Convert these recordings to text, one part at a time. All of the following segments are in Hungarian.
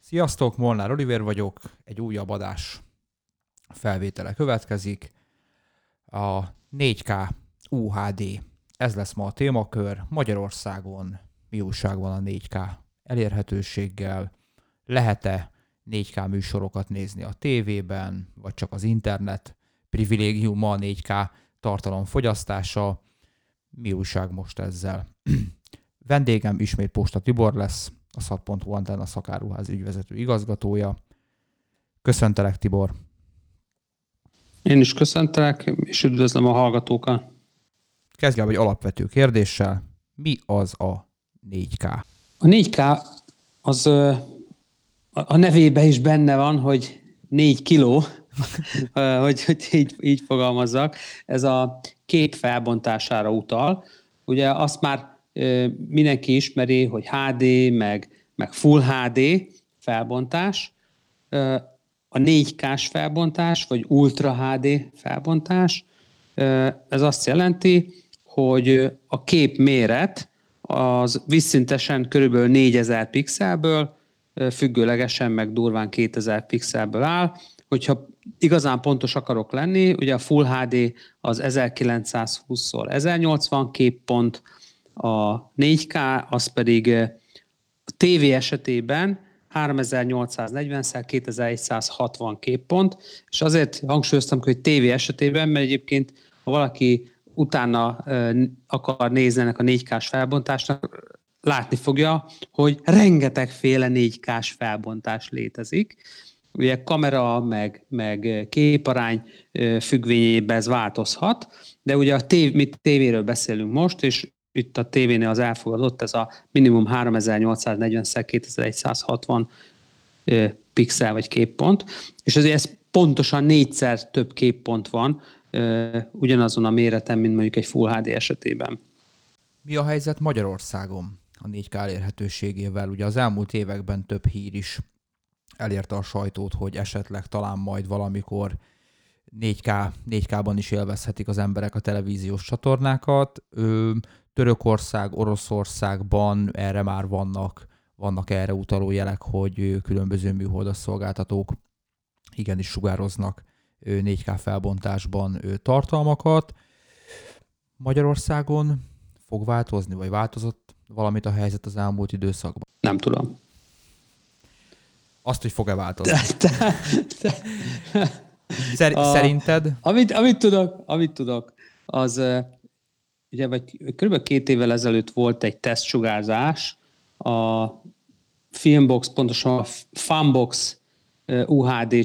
Sziasztok, Molnár Olivér vagyok, egy újabb adás felvétele következik. A 4K UHD, ez lesz ma a témakör. Magyarországon mi újság van a 4K elérhetőséggel? Lehet-e 4K műsorokat nézni a tévében, vagy csak az internet privilégiuma a 4K tartalom fogyasztása? Mi újság most ezzel? Vendégem ismét Posta Tibor lesz, a Szat.hu Antenna szakáruház ügyvezető igazgatója. Köszöntelek, Tibor! Én is köszöntelek, és üdvözlöm a hallgatókat. Kezdjük el egy alapvető kérdéssel. Mi az a 4K? A 4K az a nevében is benne van, hogy 4 kiló, hogy így fogalmazzak. Ez a kép felbontására utal. Ugye azt már mindenki ismeri, hogy HD, meg Full HD felbontás. A 4K-s felbontás, vagy Ultra HD felbontás, ez azt jelenti, hogy a kép méret az vízszintesen körülbelül 4000 pixelből, függőlegesen meg durván 2000 pixelből áll. Hogyha igazán pontos akarok lenni, ugye a Full HD az 1920x1080 képpont, a 4K az pedig a TV esetében 3840x2160 képpont, és azért hangsúlyoztam, hogy tévé esetében, mert egyébként, ha valaki utána akar nézni ennek a 4K-s felbontásnak, látni fogja, hogy rengetegféle 4K-s felbontás létezik. Ugye kamera, meg képarány függvényében ez változhat, de ugye mi tévéről beszélünk most, és itt a tévénél az elfogadott, ez a minimum 3840x2160 pixel vagy képpont, és azért ez pontosan 4-szer több képpont van ugyanazon a méreten, mint mondjuk egy Full HD esetében. Mi a helyzet Magyarországon a 4K elérhetőségével? Ugye az elmúlt években több hír is elérte a sajtót, hogy esetleg talán majd valamikor 4K-ban is élvezhetik az emberek a televíziós csatornákat. Törökország, Oroszországban erre már vannak erre utaló jelek, hogy különböző műholdas szolgáltatók igenis sugároznak 4K felbontásban tartalmakat. Magyarországon fog változni, vagy változott valamit a helyzet az elmúlt időszakban? Nem tudom. Azt, hogy fog-e változni? Szerinted? Amit tudok, az ugye vagy kb. 2 évvel ezelőtt volt egy tesztsugárzás, a Filmbox, pontosan a Funbox UHD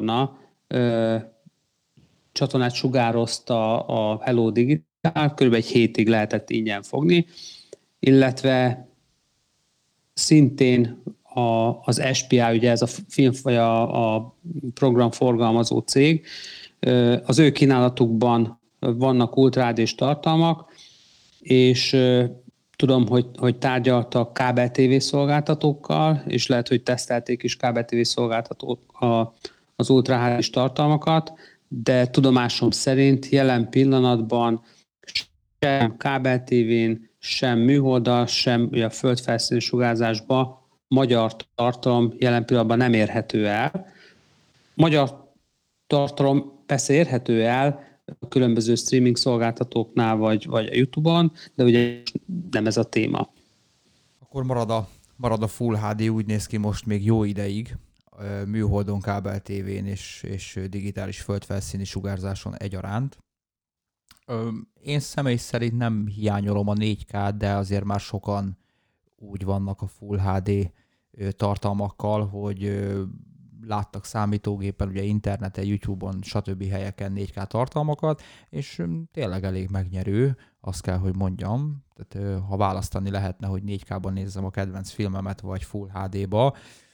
csatornát sugározta a Hello Digital, kb. Egy hétig lehetett ingyen fogni, illetve szintén az SPI, ugye ez a film vagy a programforgalmazó cég, az ő kínálatukban vannak Ultra HD-s tartalmak, és tudom, hogy tárgyaltak kábel TV szolgáltatókkal, és lehet, hogy tesztelték is kábel TV szolgáltatók az Ultra HD-s tartalmakat, de tudomásom szerint jelen pillanatban sem kábel TV-n, sem műholddal, sem a földfelszíni sugárzásban magyar tartalom jelen pillanatban nem érhető el. Magyar tartalom persze érhető el a különböző streaming szolgáltatóknál, vagy a YouTube-on, de ugye nem ez a téma. Akkor marad a Full HD, úgy néz ki most még jó ideig, műholdon, kábel tévén és digitális földfelszíni sugárzáson egyaránt. Én személy szerint nem hiányolom a 4K-t, de azért már sokan úgy vannak a Full HD tartalmakkal, hogy láttak számítógépen, ugye interneten, YouTube-on, stb. Helyeken 4K tartalmakat, és tényleg elég megnyerő, azt kell, hogy mondjam. Tehát ha választani lehetne, hogy 4K-ban nézzem a kedvenc filmemet, vagy Full HD-ba,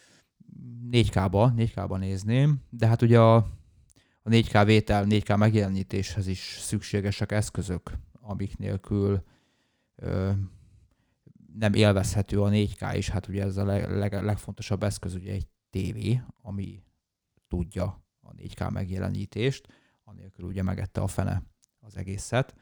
4K-ba nézném, de hát ugye a 4K vétel, 4K megjelenítéshez is szükségesek eszközök, amik nélkül nem élvezhető a 4K, és hát ugye ez a legfontosabb eszköz ugye egy tévé, ami tudja a 4K megjelenítést, anélkül ugye megette a fene az egészet.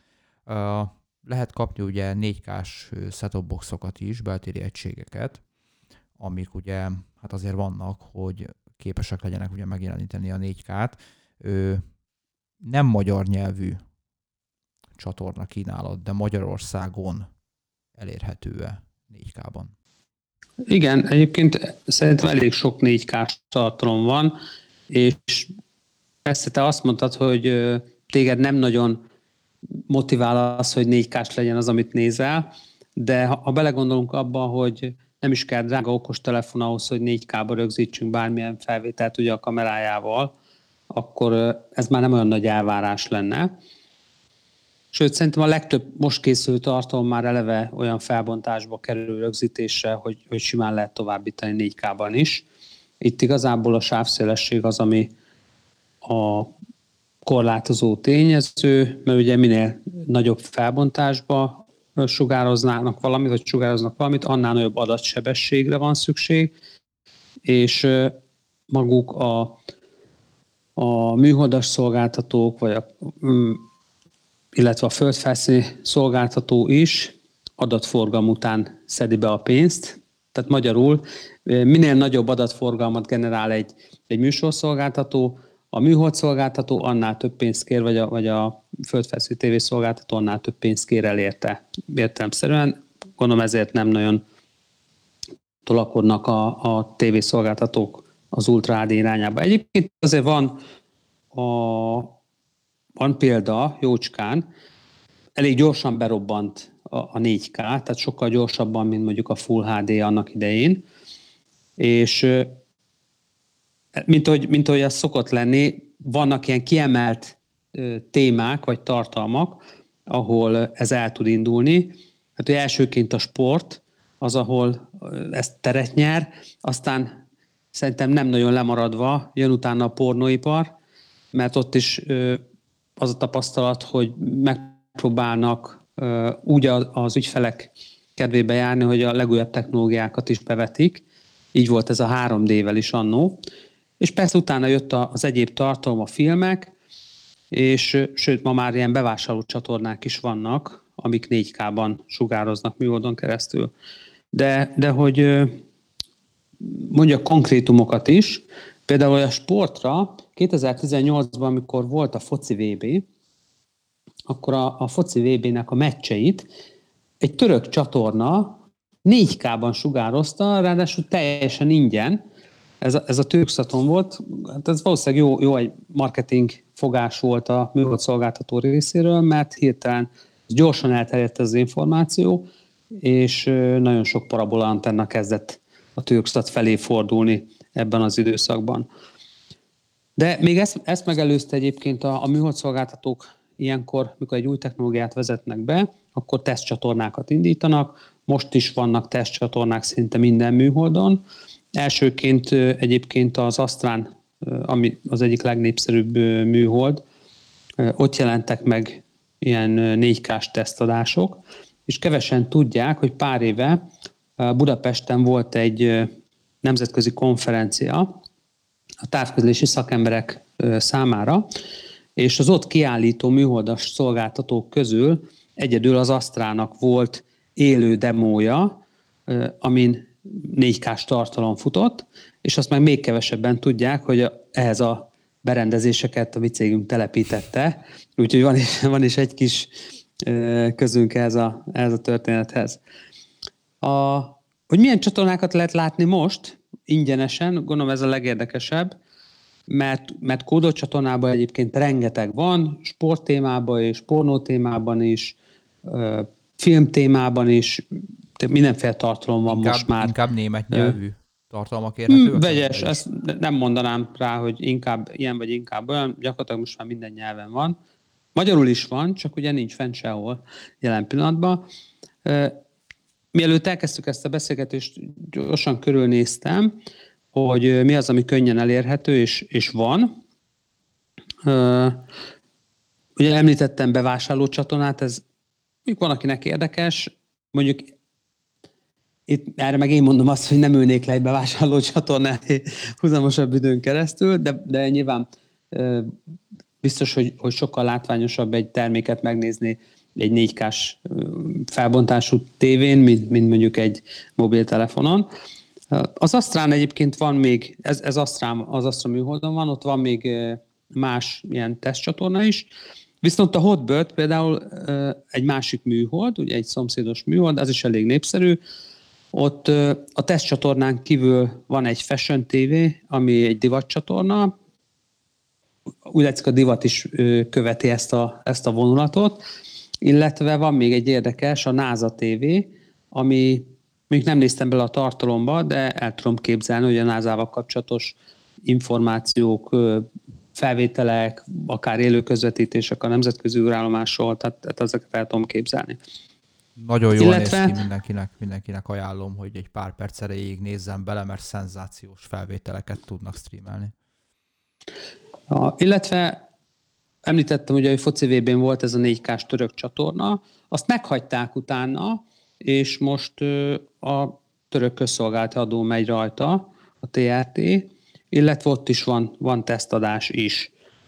Lehet kapni ugye 4K-s set-top boxokat is, beltéri egységeket, amik ugye hát azért vannak, hogy képesek legyenek ugye megjeleníteni a 4K-t. Nem magyar nyelvű csatorna kínálat, de Magyarországon elérhető-e 4K-ban? Igen, egyébként szerintem elég sok 4K-s tartalom van, és persze te azt mondtad, hogy téged nem nagyon motivál az, hogy 4K-s legyen az, amit nézel, de ha belegondolunk abba, hogy nem is kell drága okostelefon ahhoz, hogy 4K-ba rögzítsünk bármilyen felvételt ugye a kamerájával, akkor ez már nem olyan nagy elvárás lenne. Sőt, szerintem a legtöbb most készülő tartalom már eleve olyan felbontásba kerül rögzítésre, hogy simán lehet továbbítani 4K-ban is. Itt igazából a sávszélesség az, ami a korlátozó tényező, mert ugye minél nagyobb felbontásba sugároznának valamit, vagy sugároznak valamit, annál nagyobb adatsebességre van szükség, és maguk a műholdas szolgáltatók, illetve a földfelszíni szolgáltató is adatforgalom után szedi be a pénzt. Tehát magyarul minél nagyobb adatforgalmat generál egy műsorszolgáltató, a műholdszolgáltató annál több pénzt kér, vagy a földfelszíni tévészolgáltató annál több pénzt kér el értelemszerűen. Gondolom ezért nem nagyon tolakodnak a tévészolgáltatók az Ultra HD irányába. Egyébként azért van példa jócskán, elég gyorsan berobbant a 4K, tehát sokkal gyorsabban, mint mondjuk a Full HD annak idején, és mint ahogy ez szokott lenni, vannak ilyen kiemelt témák vagy tartalmak, ahol ez el tud indulni. Hát ugye elsőként a sport, az, ahol ezt teret nyer, aztán szerintem nem nagyon lemaradva jön utána a pornóipar, mert ott is az a tapasztalat, hogy megpróbálnak úgy az ügyfelek kedvébe járni, hogy a legújabb technológiákat is bevetik. Így volt ez a 3D-vel is annó. És persze utána jött az egyéb tartalom, a filmek, és sőt, ma már ilyen bevásárló csatornák is vannak, amik 4K-ban sugároznak műholdon keresztül. De hogy mondjak konkrétumokat is, például a sportra 2018-ban, amikor volt a foci VB, akkor a foci VB-nek a meccseit egy török csatorna 4K-ban sugározta, ráadásul teljesen ingyen. Ez a Türkszaton volt, hát ez valószínűleg jó egy marketing fogás volt a műhold szolgáltató részéről, mert hirtelen gyorsan elterjedt az információ, és nagyon sok parabola antenna kezdett a Türkszat felé fordulni ebben az időszakban. De még ezt megelőzte egyébként a műhold szolgáltatók ilyenkor, mikor egy új technológiát vezetnek be, akkor tesztcsatornákat indítanak. Most is vannak tesztcsatornák szinte minden műholdon. Elsőként egyébként az Astrán, ami az egyik legnépszerűbb műhold, ott jelentek meg ilyen 4K-s tesztadások, és kevesen tudják, hogy pár éve Budapesten volt egy nemzetközi konferencia a távközlési szakemberek számára, és az ott kiállító műholdas szolgáltatók közül egyedül az Astrának volt élő demója, amin 4K-s tartalom futott, és azt meg még kevesebben tudják, hogy ehhez a berendezéseket a mi cégünk telepítette, úgyhogy van is egy kis közünk ehhez a történethez. Hogy milyen csatornákat lehet látni most, ingyenesen, gondolom ez a legérdekesebb, mert kódolt csatornában egyébként rengeteg van, sporttémában és pornótémában is, filmtémában is, mindenféle tartalom van most már. Inkább német nyelvű tartalmak érhetőek? Vegyes, ezt nem mondanám rá, hogy inkább ilyen vagy inkább olyan, gyakorlatilag most már minden nyelven van. Magyarul is van, csak ugye nincs fent sehol jelen pillanatban. Mielőtt elkezdtük ezt a beszélgetést, gyorsan körülnéztem, hogy mi az, ami könnyen elérhető, és van. Ugye említettem bevásárló csatornát, ez van, akinek érdekes, mondjuk itt erre meg én mondom azt, hogy nem ülnék le egy bevásárló csatornát húzamosabb időn keresztül, de nyilván biztos, hogy sokkal látványosabb egy terméket megnézni egy 4K-s felbontású tévén, mint mondjuk egy mobiltelefonon. Az Astrán egyébként van még, ez Astrán, az Astra műholdon van, ott van még más ilyen tesztcsatorna is, viszont a Hotbird például egy másik műhold, ugye egy szomszédos műhold, az is elég népszerű. Ott a tesztcsatornán kívül van egy Fashion TV, ami egy divatcsatorna, úgy látszik a divat is követi ezt a vonulatot, illetve van még egy érdekes, a NASA TV, ami még nem néztem bele a tartalomba, de el tudom képzelni, hogy a NASA-val kapcsolatos információk, felvételek, akár élő közvetítések a nemzetközi űrállomásról, tehát ezeket el tudom képzelni. Nagyon jól néz ki, mindenkinek ajánlom, hogy egy pár perc erejéig nézzem bele, mert szenzációs felvételeket tudnak streamelni. Illetve említettem, ugye, hogy foci VB-n volt ez a 4K-s török csatorna, azt meghagyták utána, és most a török közszolgálati adó megy rajta, a TRT, illetve ott is van tesztadás is.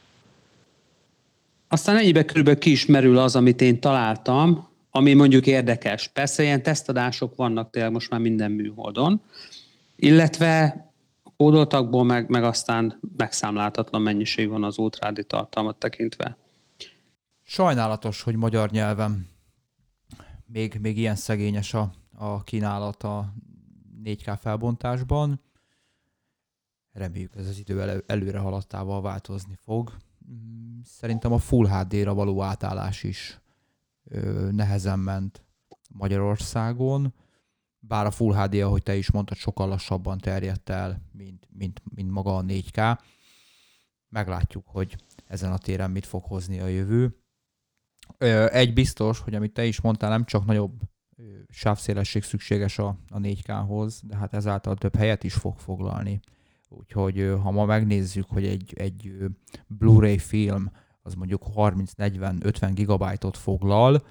Aztán ennyibe körülbelül ki is merül az, amit én találtam, ami mondjuk érdekes. Persze ilyen tesztadások vannak tényleg most már minden műholdon, illetve kódoltakból meg aztán megszámláltatlan mennyiség van az ultrahádi tartalmat tekintve. Sajnálatos, hogy magyar nyelven még ilyen szegényes a kínálat a 4K felbontásban. Reméljük, ez az idő előre haladtával változni fog. Szerintem a Full HD-ra való átállás is nehezen ment Magyarországon, bár a Full HD, ahogy te is mondtad, sokkal lassabban terjedt el, mint maga a 4K. Meglátjuk, hogy ezen a téren mit fog hozni a jövő. Egy biztos, hogy amit te is mondtál, nem csak nagyobb sávszélesség szükséges a 4K-hoz, de hát ezáltal több helyet is fog foglalni. Úgyhogy ha ma megnézzük, hogy egy Blu-ray film az mondjuk 30-40-50 gigabájtot foglal,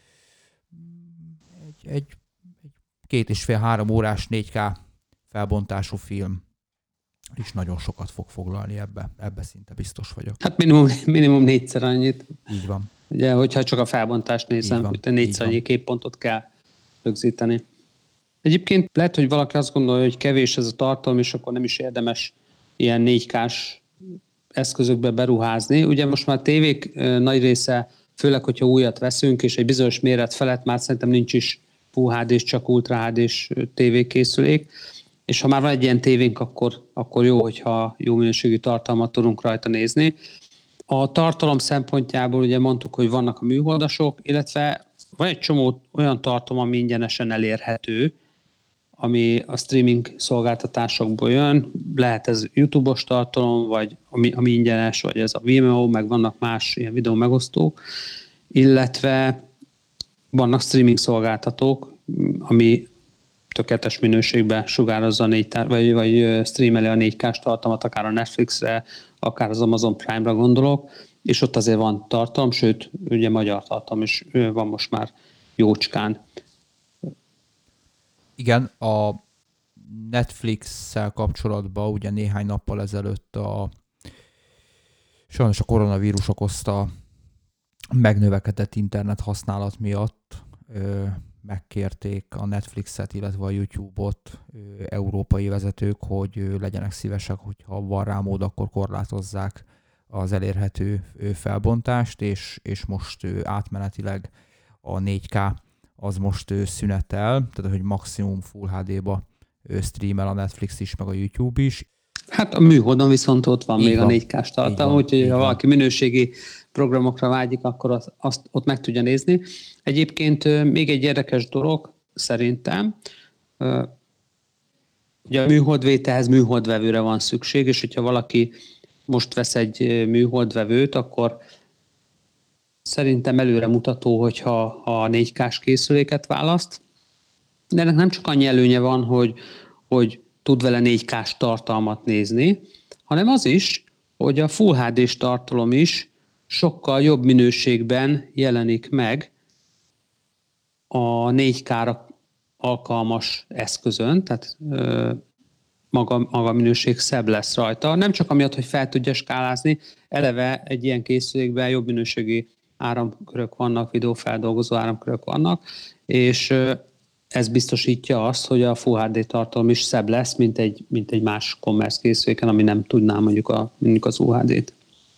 egy 2,5-3 órás 4K felbontású film is nagyon sokat fog foglalni ebbe szinte biztos vagyok. Hát minimum 4-szer annyit. Így van. Ugye, hogyha csak a felbontást nézem, hogy 4-szer annyi képpontot kell rögzíteni. Egyébként lehet, hogy valaki azt gondolja, hogy kevés ez a tartalom, és akkor nem is érdemes ilyen 4K-s eszközökbe beruházni. Ugye most már a tévék nagy része, főleg, hogyha újat veszünk, és egy bizonyos méret felett már szerintem nincs is Full HD-s, csak Ultra HD-s tévékészülék. És ha már van egy ilyen tévénk, akkor jó, hogyha jó minőségű tartalmat tudunk rajta nézni. A tartalom szempontjából ugye mondtuk, hogy vannak a műholdasok, illetve van egy csomó olyan tartalom, ami ingyenesen elérhető, ami a streaming szolgáltatásokból jön. Lehet ez YouTube-os tartalom, vagy ami ingyenes, vagy ez a Vimeo, meg vannak más ilyen videó megosztók, illetve vannak streaming szolgáltatók, ami tökéletes minőségben sugározza vagy streameli a 4K-s tartalmat, akár a Netflixre, akár az Amazon Prime-ra gondolok, és ott azért van tartalom, sőt, ugye magyar tartalom is van most már jócskán. Igen, a Netflix-szel kapcsolatban ugye néhány nappal ezelőtt sajnos a koronavírus okozta megnövekedett internet használat miatt megkérték a Netflixet, illetve a YouTube-ot európai vezetők, hogy legyenek szívesek, hogyha van rá mód, akkor korlátozzák az elérhető felbontást, és most átmenetileg a 4K az most szünetel, tehát hogy maximum Full HD-ba streamel a Netflix is, meg a YouTube is. Hát a műholdon viszont ott van még a 4K-s tartalom, úgyhogy ha valaki minőségi programokra vágyik, akkor azt ott meg tudja nézni. Egyébként még egy érdekes dolog szerintem, ugye a műholdvételhez műholdvevőre van szükség, és hogyha valaki most vesz egy műholdvevőt, akkor szerintem előremutató, hogyha a 4K-s készüléket választ. De ennek nem csak annyi előnye van, hogy tud vele 4K-s tartalmat nézni, hanem az is, hogy a Full HD-s tartalom is sokkal jobb minőségben jelenik meg a 4K-ra alkalmas eszközön, tehát maga minőség szebb lesz rajta. Nem csak amiatt, hogy fel tudja skálázni, eleve egy ilyen készülékben jobb minőségű áramkörök vannak, videófeldolgozó áramkörök vannak, és ez biztosítja azt, hogy a Full HD tartalom is szebb lesz, mint egy más commerce készüléken, ami nem tudná mondjuk az UHD-t.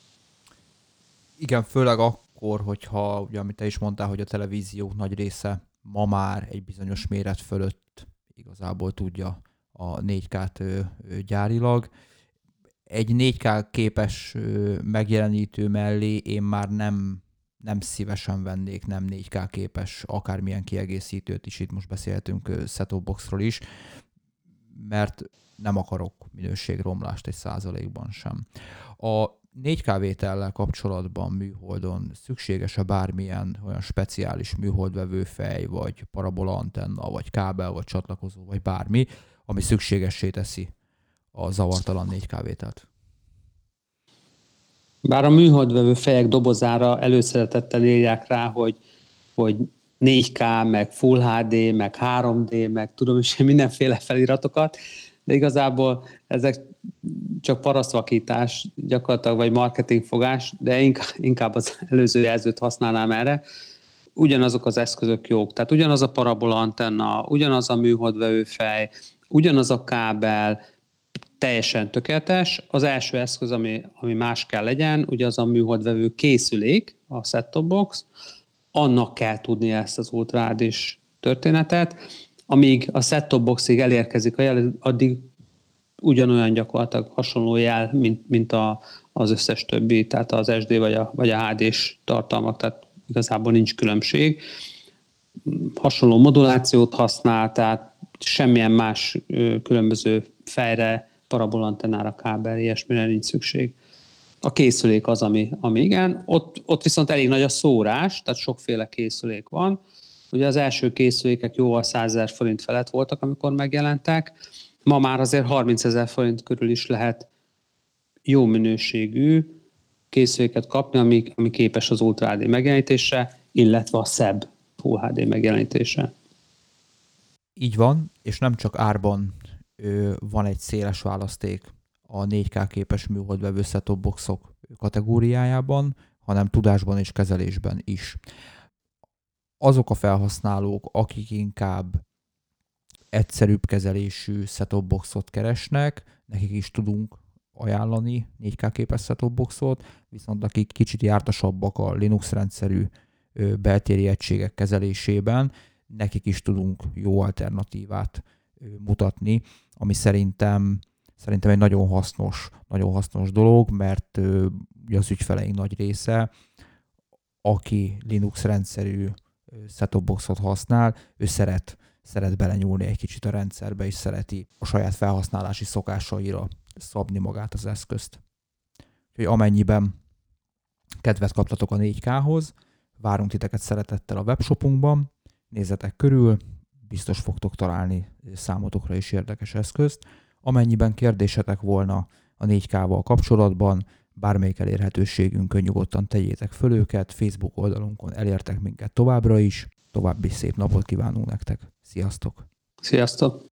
Igen, főleg akkor, hogyha, ugye, amit te is mondtál, hogy a televíziók nagy része ma már egy bizonyos méret fölött igazából tudja a 4K-t gyárilag. Egy 4K képes megjelenítő mellé én már nem szívesen vennék nem 4K képes akármilyen kiegészítőt is, itt most beszélhetünk set-top boxról is, mert nem akarok minőségromlást egy százalékban sem. A 4K vétellel kapcsolatban műholdon szükséges-e bármilyen olyan speciális műholdvevő fej, vagy parabola antenna, vagy kábel, vagy csatlakozó, vagy bármi, ami szükségessé teszi a zavartalan 4K vételt? Bár a műholdvevő fejek dobozára előszeretettel írják rá, hogy 4K, meg Full HD, meg 3D, meg tudom is mindenféle feliratokat, de igazából ezek csak parasztvakítás gyakorlatilag, vagy marketingfogás, de inkább az előző jelzőt használnám erre. Ugyanazok az eszközök jók, tehát ugyanaz a parabola antenna, ugyanaz a műholdvevő fej, ugyanaz a kábel, teljesen tökéletes. Az első eszköz, ami más kell legyen, ugye az a műholdvevő készülék, a set-top box, annak kell tudni ezt az Ultra HD-s történetet. Amíg a set-top boxig elérkezik a jel, addig ugyanolyan gyakorlatilag hasonló jel, mint az összes többi, tehát az SD vagy a HD-s tartalmak, tehát igazából nincs különbség. Hasonló modulációt használ, tehát semmilyen más különböző fejre, parabolantennára, kábel, ilyesmire nincs szükség. A készülék az, ami igen. Ott viszont elég nagy a szórás, tehát sokféle készülék van. Ugye az első készülékek jóval 100 000 forint felett voltak, amikor megjelentek. Ma már azért 30 000 forint körül is lehet jó minőségű készüléket kapni, ami képes az Ultra HD megjelenítésre, illetve a szebb Full HD megjelenítésre. Így van, és nem csak árban van egy széles választék a 4K képes műholdvevő set-top boxok kategóriájában, hanem tudásban és kezelésben is. Azok a felhasználók, akik inkább egyszerűbb kezelésű set-top boxot keresnek, nekik is tudunk ajánlani 4K képes set-top boxot, viszont akik kicsit jártasabbak a Linux rendszerű beltéri egységek kezelésében, nekik is tudunk jó alternatívát mutatni, ami szerintem egy nagyon hasznos dolog, mert az ügyfeleink nagy része, aki Linux rendszerű set-top boxot használ, ő szeret belenyúlni egy kicsit a rendszerbe, és szereti a saját felhasználási szokásaira szabni magát az eszközt. Úgyhogy amennyiben kedvet kaptatok a 4K-hoz, várunk titeket szeretettel a webshopunkban, nézzetek körül, biztos fogtok találni számotokra is érdekes eszközt. Amennyiben kérdésetek volna a 4K-val kapcsolatban, bármelyik elérhetőségünkön nyugodtan tegyétek föl őket, Facebook oldalunkon elértek minket továbbra is. További szép napot kívánunk nektek. Sziasztok! Sziasztok!